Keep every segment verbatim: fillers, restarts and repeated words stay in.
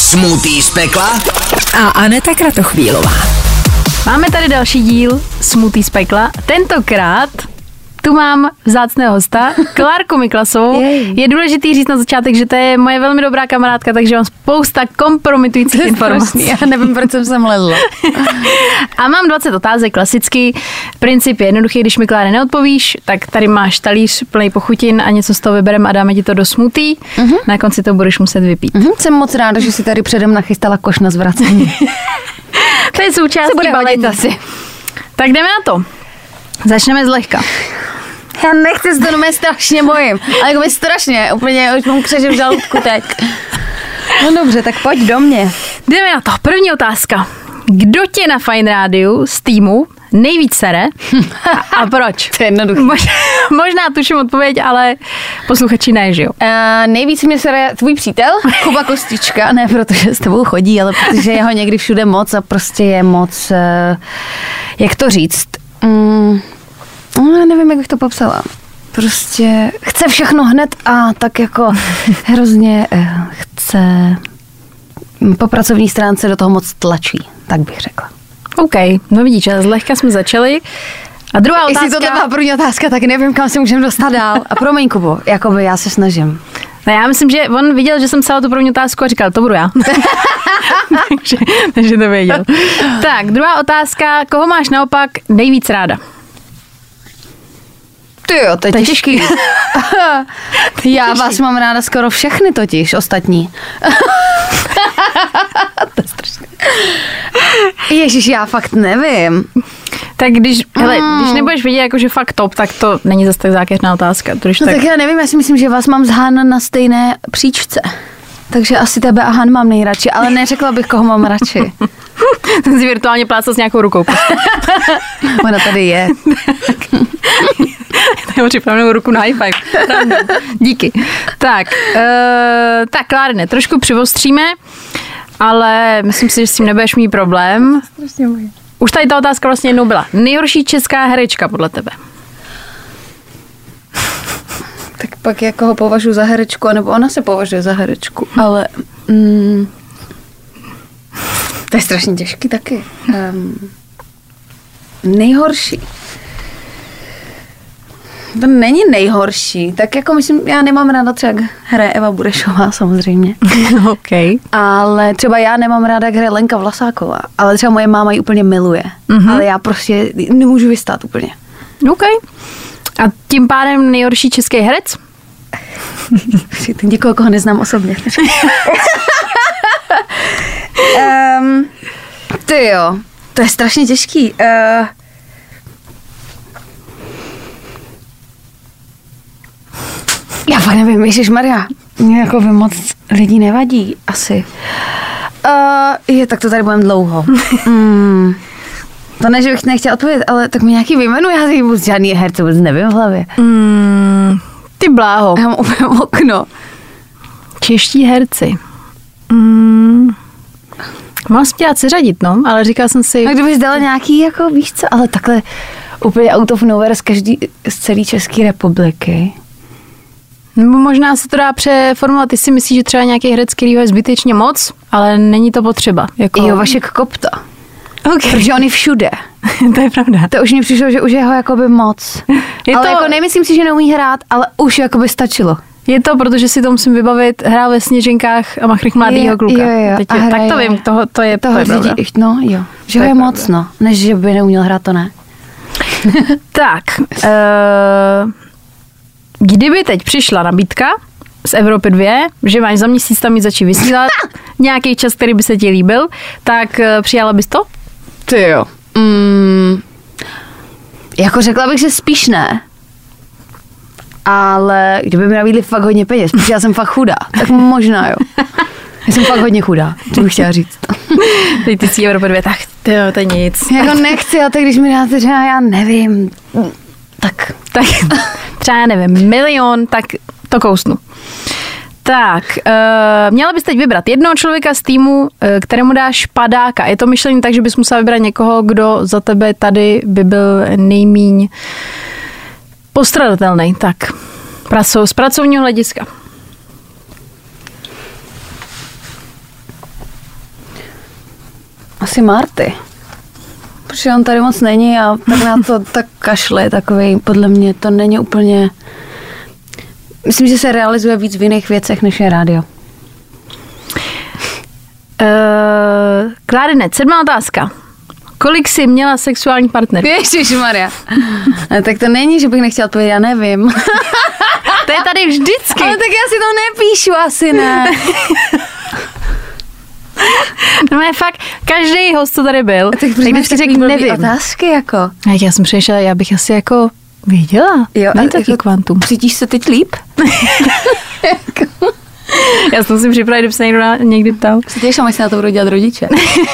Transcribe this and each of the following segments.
Smoothie z pekla a Aneta Kratochvílová. Máme tady další díl Smoothie z pekla. Tentokrát tu mám vzácného hosta, Klárku Miklasovou. Je důležitý říct na začátek, že to je moje velmi dobrá kamarádka, takže mám spousta kompromitujících informací. Já nevím, proč jsem sem lezla. A mám dvacet otázek, klasický. Princip je jednoduchý, když mi, Kláre, neodpovíš, tak tady máš talíř plný pochutin a něco z toho vybereme a dáme ti to do smoothie. Uh-huh. Na konci to budeš muset vypít. Uh-huh. Jsem moc ráda, že si tady předem nachystala koš na zvracení. To je součástí balení. Asi. Tak jdeme na to. Začneme zlehka. Já nechci, se to mě strašně bojím. Ale jako mi strašně, úplně už mám křeže v žaludku teď. No dobře, tak pojď do mě. Jdeme na to. První otázka. Kdo tě na Fajn rádiu z týmu nejvíc sere a, a proč? To je jednoduché. Mož, možná tuším odpověď, ale posluchači ne, že jo? Uh, nejvíc mě sere tvůj přítel, Kuba Kostička, ne protože s tebou chodí, ale protože je ho někdy všude moc a prostě je moc, uh, jak to říct, um, no, nevím, jak bych to popsala. Prostě chce všechno hned a tak jako hrozně uh, chce po pracovní stránce do toho moc tlačí, tak bych řekla. OK, no vidíš, zlehka jsme začali. A druhá otázka... Jestli to byla první otázka, tak nevím, kam se můžeme dostat dál. A promiň, Kubo, jakoby já se snažím. No já myslím, že on viděl, že jsem psala tu první otázku a říkal, to budu já. takže, takže to věděl. Tak, druhá otázka, koho máš naopak nejvíc ráda? Ty jo, to je těžký. Já vás mám ráda skoro všechny totiž, ostatní. To je strašné. Ježiš, já fakt nevím. Tak když, hele, mm. když nebudeš vidět jakože fakt top, tak to není zase tak zákeřná otázka. No tak... tak já nevím, já si myslím, že vás mám s Han na stejné příčce. Takže asi tebe a Han mám nejradši, ale neřekla bych, koho mám radši. Ten si virtuálně plácal s nějakou rukou. Ona tady je. Nebo připravenou ruku na high five. Díky. Tak, uh, tak Klárne, trošku přivostříme, ale myslím si, že s tím nebudeš mít problém. Už tady ta otázka vlastně jednou byla. Nejhorší česká herečka podle tebe? Tak pak jako ho považuji za herečku, nebo ona se považuje za herečku, ale mm, to je strašně těžký taky. Um, nejhorší. To není nejhorší. Tak jako myslím, já nemám ráda třeba, jak hraje Eva Burešová samozřejmě. OK. Ale třeba já nemám ráda, jak hraje Lenka Vlasáková. Ale třeba moje máma ji úplně miluje. Mm-hmm. Ale já prostě nemůžu vystát úplně. OK. A tím pádem nejhorší český herec? Někoho, koho neznám osobně. um, ty jo, to je strašně těžký. Uh, Já fakt nevím, ježišmarja, mě jako by moc lidí nevadí, asi. Uh, je, tak to tady budeme dlouho. Mm. To ne, že bych nechtěla odpovědět, ale tak mi nějaký vyjmenu, já si vůbec žádný herce vůbec nevím v hlavě. Mm, ty bláho. Já mám úplně okno. Čeští herci. Mm. Mám si chtěla seřadit, no, ale říkala jsem si... A kdybych dala nějaký, jako víš co, ale takhle úplně out of nowhere z každý, z celé České republiky. Nebo možná se to dá přeformulovat, ty si myslíš, že třeba nějaký herec, kterýho je zbytečně moc, ale není to potřeba. Jako... Jo, Vašek Kopta. Okay. Protože on je všude. To je pravda. To už mi přišlo, že už je ho jakoby moc. Je ale to... jako nemyslím si, že neumí hrát, ale už jakoby stačilo. Je to, protože si to musím vybavit, hrál ve Sněženkách a Machrych mladýho kluka. Jo, jo. Teď, tak to vím, toho, to je, toho to je pravda. Lidi, no jo, že ho je, je moc, no. Než že by neuměl hrát, to ne. Tak, uh, kdyby teď přišla nabídka z Evropy dvě, že máš za měsíc tam jít začít vysílat, nějaký čas, který by se ti líbil, tak uh, přijala bys to? Ty jo. Mm, jako řekla bych, že spíš ne. Ale kdyby mi nabídli fakt hodně peněz, protože já jsem fakt chudá, tak možná jo. Já jsem fakt hodně chudá, to bych chtěla říct. Teď ty jsi Evropa dvě, tak tyjo, to je nic. Jako nechci, ale tak když mi dáte třeba, já nevím, tak. tak třeba já nevím, milion, tak to kousnu. Tak, uh, měla bys teď vybrat jednoho člověka z týmu, uh, kterému dáš padáka. Je to myšlení tak, že bys musela vybrat někoho, kdo za tebe tady by byl nejmíň postradatelný. Tak, z pracovního hlediska. Asi Marty. Protože on tady moc není a tak na to tak kašle takový, podle mě to není úplně... Myslím, že se realizuje víc v jiných věcech, než je rádio. Uh, Klárine, sedmá otázka. Kolik jsi měla sexuální partner? Ježišmarja. No, tak to není, že bych nechtěla odpovědět, já nevím. To je tady vždycky. Ale tak já si to nepíšu, asi ne. No je fakt, každý host, co tady byl, tak vždycky řekl, nevím. Otázky jako. A já jsem přešla, já bych asi jako věděla. Jo, ne taky jako kvantum. Cítíš se teď líp? Já se musím připravit, kdyby se někdo na, někdy ptal. Se těším, až se na to budou dělat rodiče.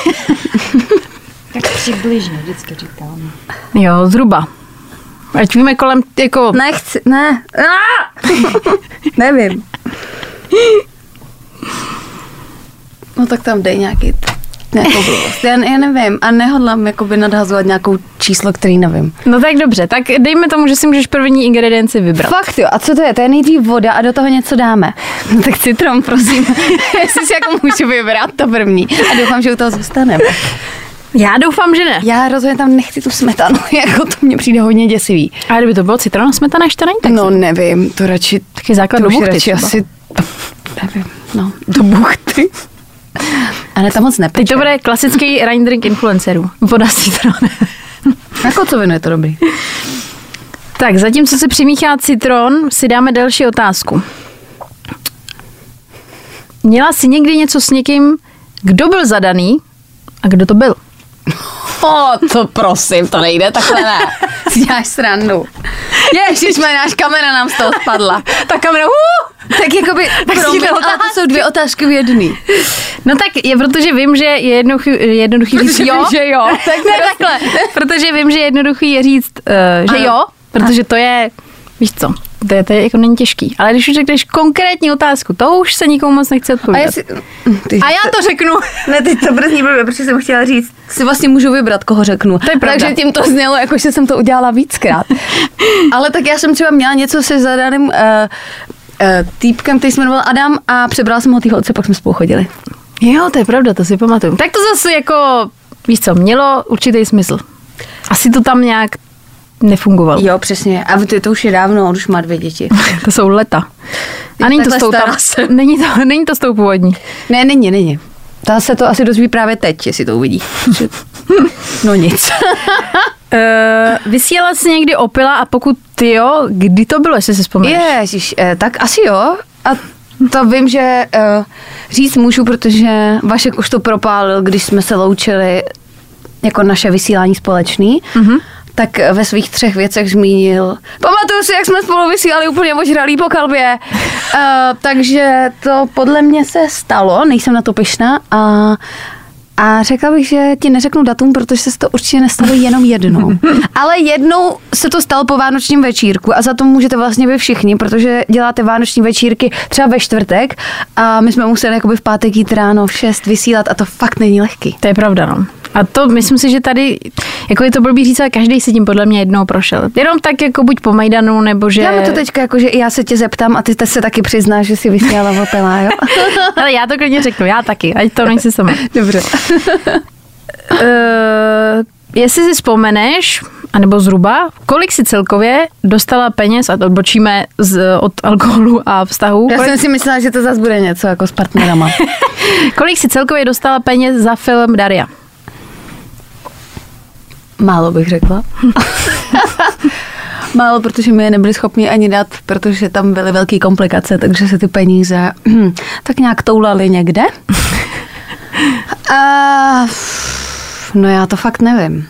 Tak přibližně, vždycky říkám. Jo, zhruba. Ať víme kolem, jako... Nechci, ne. Nevím. No tak tam dej nějaký, nějakou blbost. Já, já nevím a nehodlám jakoby nadhazovat nějakou číslo, který nevím. No tak dobře, tak dejme tomu, že si můžeš první ingredienci vybrat. Fakt jo, a co to je? To je nejdřív voda a do toho něco dáme. No tak citron, prosím. Jestli si jako můžu vybrat to první. A doufám, že u toho zůstaneme. Já doufám, že ne. Já rozhodně tam nechci tu smetanu, jako to mně přijde hodně děsivý. A kdyby to bylo citron, smetana ještě není tak. No nevím, to radši... Taky základ do buchty radši asi... To, nevím, no, do buchty. Ale tam moc nepeče. Teď to bude klasický rain drink influencerů. Voda s citronem. Jako co vinu je to dobrý. Tak, zatímco se přimíchá citron, si dáme další otázku. Měla jsi někdy něco s někým, kdo byl zadaný a kdo to byl? O, to prosím, to nejde, takhle ne. Si děláš srandu. Ježišmaj, náš kamera nám z toho spadla. Ta kamera, uh! Tak jakoby, promiň, ale to jsou dvě otázky v jedný. No tak je, protože vím, že je jednoduchý, jednoduchý říct jo. Vím, že jo. Tak ne takhle. Protože vím, že je jednoduchý je říct, uh, že ano. Jo, protože to je, víš co, to je, to je jako není těžký. Ale když už řekneš konkrétní otázku, to už se nikomu moc nechce odpovědět. A, jestli, ty, a já to řeknu. Ne, teď to brzdí blbě, protože jsem chtěla říct, si vlastně můžu vybrat, koho řeknu. To je pravda. Takže tím to znělo, jako že jsem to udělala víckrát. Ale tak já jsem třeba měla něco se zadaným uh, uh, týpkem, který se jmenoval Adam a přebrala jsem ho té holce, pak jsme spolu chodili. Jo, to je pravda, to si pamatuju. Tak to zase jako, víš co, mělo určitý smysl. Asi to tam nějak nefungovalo. Jo, přesně. A to, to už je dávno, on už má dvě děti. To jsou leta. A není to, s tou, tam, není, to, není to s tou původní. Ne, není, není. Ta se to asi dozví právě teď, jestli to uvidí. No nic. uh, vysílala jsi někdy opila a pokud ty jo, kdy to bylo, jestli si vzpomeneš? Ježiš, eh, tak asi jo. A to vím, že uh, říct můžu, protože Vašek už to propálil, když jsme se loučili jako naše vysílání společný. Mm-hmm. Tak ve svých třech věcech zmínil. Pamatuju si, jak jsme spolu vysílali úplně ožralý po kalbě. Uh, takže to podle mě se stalo, nejsem na to pyšná a A řekla bych, že ti neřeknu datum, protože se to určitě nestalo jenom jednou. Ale jednou se to stalo po vánočním večírku a za to můžete vlastně vy všichni, protože děláte vánoční večírky třeba ve čtvrtek a my jsme museli jakoby v pátek jít ráno v šest vysílat a to fakt není lehký. To je pravda, no. A to myslím si, že tady, jako je to blbý říct, ale každý si tím podle mě jednou prošel. Jenom tak jako buď po Majdanu, nebo že... Dáme to teďka, jako, že i já se tě zeptám a ty te se taky přiznáš, že jsi vysílala opila, jo? Ale já to klidně řeknu, já taky, ať to nejsi sama. Dobře. uh, jestli si vzpomeneš, anebo zhruba, kolik si celkově dostala peněz, a odbočíme z, od alkoholu a vztahu. Já kolik... jsem si myslela, že to zase bude něco jako s partnerama. Kolik si celkově dostala peněz za film Daria? Málo bych řekla. Málo, protože mi je nebyli schopni ani dát, protože tam byly velké komplikace, takže se ty peníze tak nějak toulaly někde. A, no já to fakt nevím.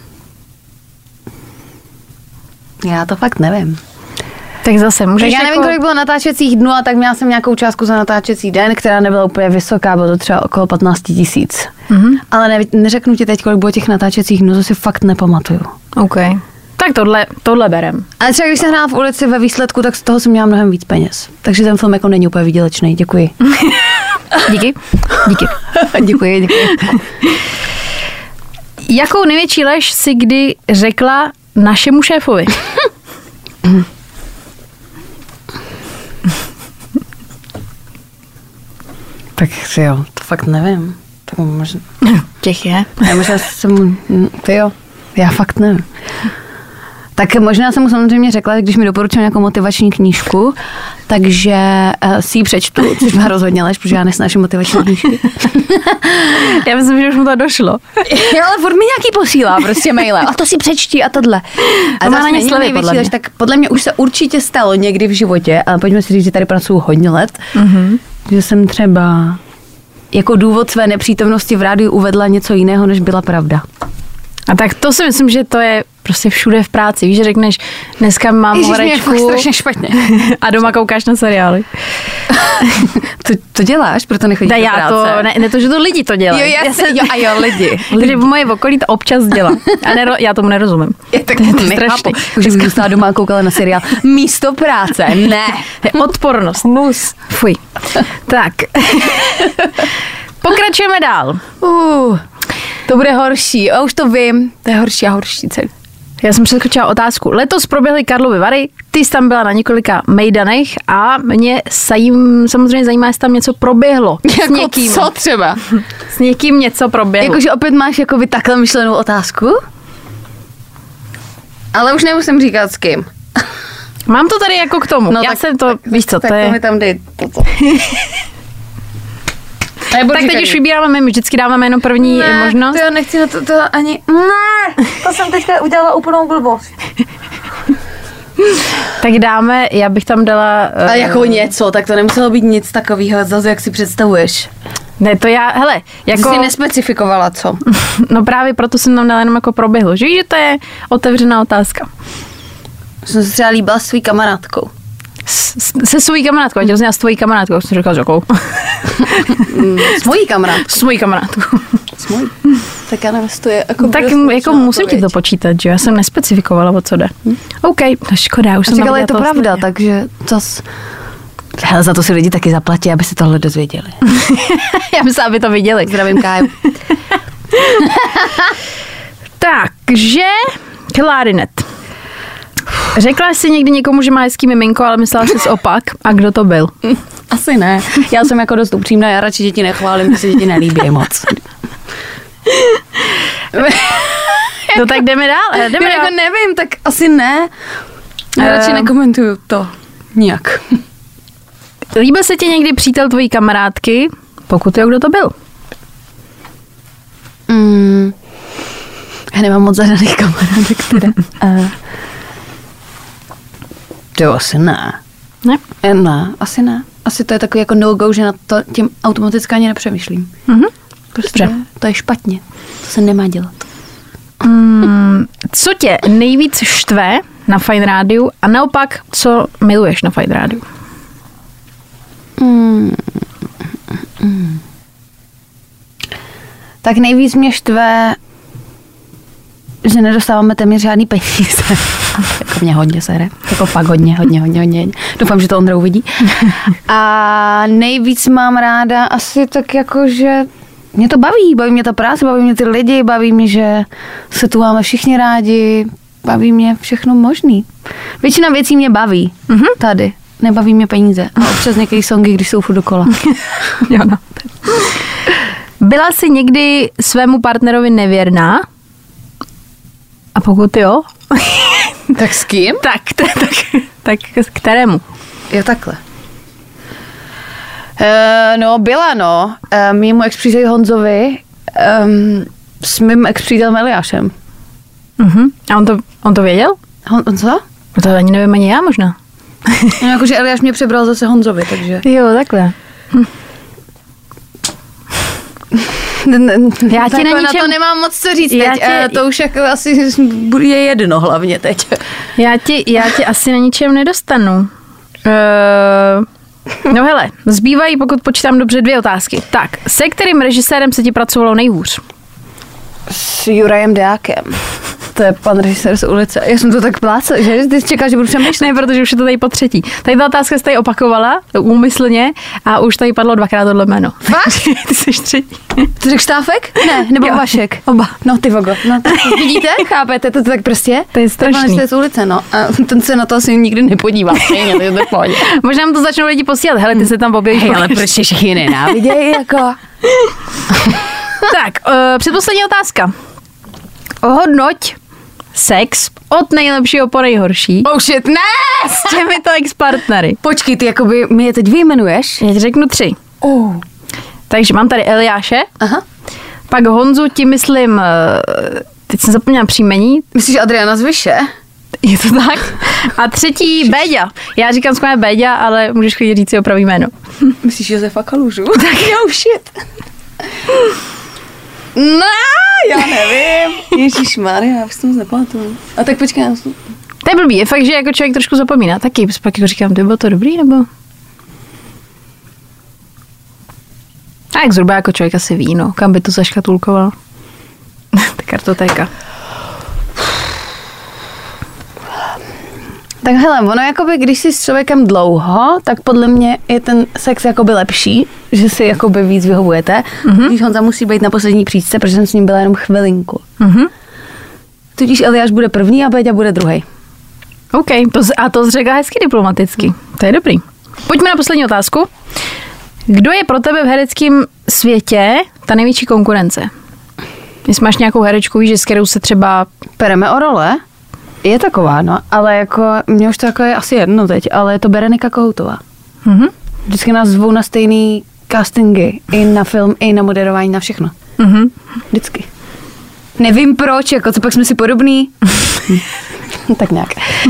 Já to fakt nevím. Tak zase můžeš tak já nevím, jako... kolik bylo natáčecích dnů a tak měla jsem nějakou částku za natáčecí den, která nebyla úplně vysoká, bylo to třeba okolo patnáct tisíc. Mm-hmm. Ale ne, neřeknu ti teď, kolik bylo těch natáčecích dnů, to si fakt nepamatuju. OK. Tak tohle, tohle berem. Ale třeba když jsem hrála v ulici ve výsledku, tak z toho jsem měla mnohem víc peněz. Takže ten film jako není úplně výdělečný. Děkuji. Díky. Díky. Děkuji, děkuji. Jakou největší lež si kdy řekla našemu šéfovi? Tak jo, to fakt nevím. Tak možná... Těch je. Já možná jsem, ty jo, já fakt nevím. Tak možná jsem mu samozřejmě řekla, když mi doporučil nějakou motivační knížku, takže uh, si ji přečtu, což má rozhodně lež, protože já nesnáším motivační knížky. Já myslím, že už mu to došlo. Jo, ale furt mi nějaký posílá prostě maile. A to si přečti a tohle. A to má na ně slevy, podle mě. Tak podle mě už se určitě stalo někdy v životě, ale pojďme si říct, že tady pracuju hodně let, mm-hmm. že jsem třeba jako důvod své nepřítomnosti v rádiu uvedla něco jiného, než byla pravda. A tak to si myslím, že to je prostě všude v práci. Víš, že řekneš, dneska mám Ježiš, horečku. Ježiš, mě je strašně špatně. A doma koukáš na seriály. to, to děláš, proto nechodíš da, do já práce. To, ne, ne to, že to lidi to dělají. Jo, já, já jsem, jo, a jo, lidi. Takže v moje okolí to občas dělá. A nero, já tomu nerozumím. Je tak to je nechápu. Už bych zůstala doma a koukala na seriál. Místo práce, ne. Je odpornost. Hnus. Fuj. Tak. Pokračujeme dál. Uh, to bude horší. A už to vím. To je horší a horší celý. Já jsem přeskočila otázku. Letos proběhly Karlovy Vary, ty jsi tam byla na několika mejdanech a mě sajím, samozřejmě zajímá, jestli tam něco proběhlo. Jako s někým. co třeba? S někým něco proběhlo. Jakože opět máš jako by takhle myšlenou otázku? Ale už nemusím říkat s kým. Mám to tady jako k tomu. No, Já tak, jsem to, tak, víš co, tak to je... mi tam dej toto. Tak teď už vybíráme, my vždycky dáváme jenom první ne, možnost. Ne, to já nechci na to, to ani... Ne, to jsem teďka udělala úplnou blbost. Tak dáme, já bych tam dala... Uh, Ale jako něco, tak to nemuselo být nic takového, zase jak si představuješ. Ne, to já, hele, jako... Jsi nespecifikovala, co? No právě proto jsem tam dala jenom jako proběhlo. Že víš, že to je otevřená otázka. Jsem se třeba líbila s svý kamarádkou. S, se svojí kamarádkou, já tě rozněla s tvojí kamarádkou, jsem říkala s jakou. S mojí kamarádkou. S mojí kamarádkou. S mojí. Tak já nevím, to je jako... Tak jako musím ti to počítat, že já jsem nespecifikovala, o co jde. Hm? OK, no škoda, už jsem tam je to pravda, stejně. takže zas... Hele, za to si lidi taky zaplatí, aby si tohle dozvěděli. Já myslím, aby to viděli. Zdravím, Káju. Takže, klarinet. Řekla jsi někdy někomu, že má hezký miminko, ale myslela jsi opak. A kdo to byl? Asi ne. Já jsem jako dost upřímná, já radši děti nechválím, protože děti nelíbí moc. No tak jdeme dál. Jdeme já dál. jako nevím, tak asi ne. Já radši Um, nekomentuju to nijak. Líbil se ti někdy přítel tvojí kamarádky? Pokud jo, kdo to byl? Mm, já nemám moc zadaných kamarádek, teda. uh, to asi ne. Ne? Ne, asi ne. Asi to je takový jako no-go, že na to tím automaticky ani nepřemýšlím. Mhm. Prostě Dobře. to je špatně. To se nemá dělat. Mm, co tě nejvíc štve na Fajn rádiu a naopak, co miluješ na Fajn rádiu? Mm, mm. Tak nejvíc mě štve, že nedostáváme téměř žádný peníze. Jako mě hodně sere. Jako fakt hodně, hodně, hodně, hodně. Doufám, že to Ondra uvidí. A nejvíc mám ráda asi tak jako, že mě to baví. Baví mě ta práce, baví mě ty lidi, baví mě, že se tu máme všichni rádi. Baví mě všechno možný. Většina věcí mě baví. Mm-hmm. Tady. Nebaví mě peníze. A občas některé songy, když jsou furt dokola. Jo, no. Byla jsi někdy svému partnerovi nevěrná? A pokud jo? Tak s kým? tak, tak, tak, tak kterému? Jo, takhle. Uh, no, byla, no. Uh, mýmu ex-příteli Honzovi um, s mým ex-přítelem Eliášem. Uh-huh. A on to, on to věděl? Hon, on co? No to ani nevím ani já možná. No, jakože Eliáš mě přebral zase Honzovi, takže... Jo, takhle. Hm. Já ti na na ničem... to nemám moc co říct Já teď. ti- Uh, to už jako asi je jedno hlavně teď. Já ti, já ti asi na ničem nedostanu. Uh, no hele, zbývají, pokud počítám dobře, dvě otázky. Tak, se kterým režisérem se ti pracovalo nejhůř? S Jurajem Deákem. To je pan režisér z ulice. Já jsem to tak plácel, že? Ty jsi čekal, že budu přemýšlet. Ne, protože už je to tady po třetí. Tady ta otázka se tady opakovala úmyslně a už tady padlo dvakrát tohle jméno. Fakt? Ty jsi třetí. Ty řekl Štáfek? Ne, nebo Jo. Vašek? Oba. No ty vogo. No, to, vidíte? Chápete? To, to tak prostě? To je strašný. Pan režisér z ulice, no. A ten se na to asi nikdy nepodívá. Stejně, to je to v pohodě. Možná mu to začnou lidi posílat. Hele, ty se tam objevíš. Hej, ale proč tě všichni nenávidějí, jako? Tak, uh, předposlední otázka. Ohodnoť sex od nejlepšího po nejhorší. Oh shit, ne! S těmito ex-partnery. Počkej, ty jakoby mi je teď vyjmenuješ? Já ti řeknu tři. Oh. Takže mám tady Eliáše, Aha. pak Honzu, ti myslím, teď jsem zapomněla příjmení. Myslíš Adriana Zvyše? Je to tak? A třetí Béďa. Já říkám skvěle Béďa, ale můžeš klidně říct si opravý jméno. Myslíš Josefa Kalužu? Tak jo, shit. No, já nevím. Ježišmarja, já už to moc nepamatuju. A tak počkej. Já... To je blbý, je fakt, že jako člověk trošku zapomíná. Taky pak jako říkám, to bylo to dobrý, nebo? A jak zhruba jako člověk asi ví, no, kam by to zaškatulkoval. Ta kartotéka. Tak hele, ono jakoby, když jsi s člověkem dlouho, tak podle mě je ten sex jakoby lepší, že si jakoby víc vyhovujete. Mm-hmm. Když Honza musí být na poslední příčce, protože jsem s ním byla jenom chvilinku. Mm-hmm. Tudíž Eliáš bude první a Béďa bude druhý. OK, to, z- a to řekla hezky diplomaticky. To je dobrý. Pojďme na poslední otázku. Kdo je pro tebe v hereckém světě ta největší konkurence? Jestli máš nějakou herečku, víš, s kterou se třeba... Pereme o role? Je taková, no, ale jako, mě už to jako je asi jedno teď, ale je to Berenika Kohoutová. Mm-hmm. Vždycky nás zvou na stejný castingy, i na film, i na moderování, na všechno. Mm-hmm. Vždycky. Nevím proč, jako co pak jsme si podobný. Tak nějak.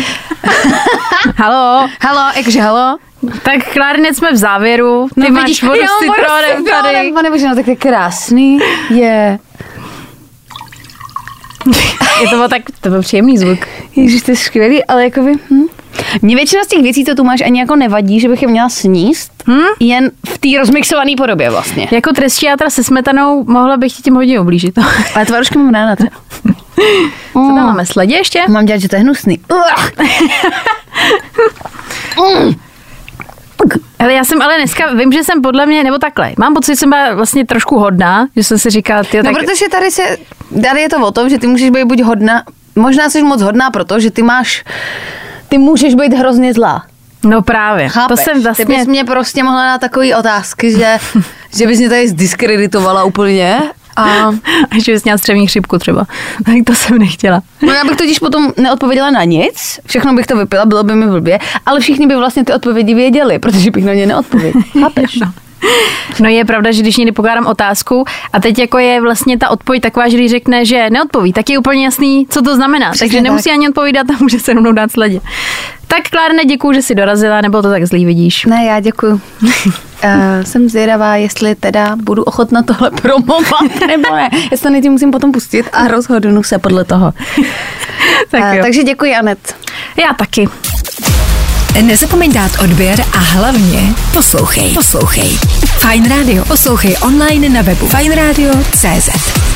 Halo. Halo, jakože halo. Tak Klárnec jsme v závěru. Ty No, máš vidíš, vodu já s mám vodu s citronem tady. citronem, pane bože, no tak to je krásný. Je. Je to bylo tak, to byl příjemný zvuk. Ježiš, to je skvělý, ale jakoby... Hm. Mně většina z těch věcí, co tu máš, ani jako nevadí, že bych je měla sníst, Hm? jen v té rozmixované podobě vlastně. Jako trestí játra se smetanou mohla bych ti tím hodně ublížit. Ale tvarušky mám ráda třeba. Co tam máme? Sledě ještě? Mám dělat, že to je hnusný. mm. Ale já jsem ale dneska, vím, že jsem podle mě, nebo takhle, mám pocit, že jsem byla vlastně trošku hodná, že jsem si říkala, tyjo, No tak... protože tady, se, tady je to o tom, že ty můžeš být buď hodná, možná jsi moc hodná proto, že ty máš, ty můžeš být hrozně zlá. No právě, Chápeš? to jsem vlastně... Ty bys mě prostě mohla dát takový otázky, že, že bys mě tady zdiskreditovala úplně. A... A že bys měla střevní chřipku třeba, tak to jsem nechtěla. No já bych totiž potom neodpověděla na nic, všechno bych to vypila, bylo by mi blbě, ale všichni by vlastně ty odpovědi věděli, protože bych na ně neodpověděla. Chápeš? No. No je pravda, že když někdy pokládám otázku a teď jako je vlastně ta odpověď taková, že když řekne, že neodpoví, tak je úplně jasný, co to znamená. Přesně Takže nemusí tak. ani odpovídat a může se rovnou dát sledě. Tak Klárne, děkuju, že jsi dorazila, nebo to tak zlý vidíš. Ne, já děkuju. uh, jsem zvědavá, jestli teda budu ochotna tohle promovat, nebo ne. Já se nejdřív musím potom pustit a rozhodnu se podle toho. Tak uh, jo. takže děkuji, Anet. Já taky. Nezapomeň dát odběr a hlavně poslouchej. Poslouchej. Fajn Radio. Poslouchej online na webu fajn radio tečka cé zet.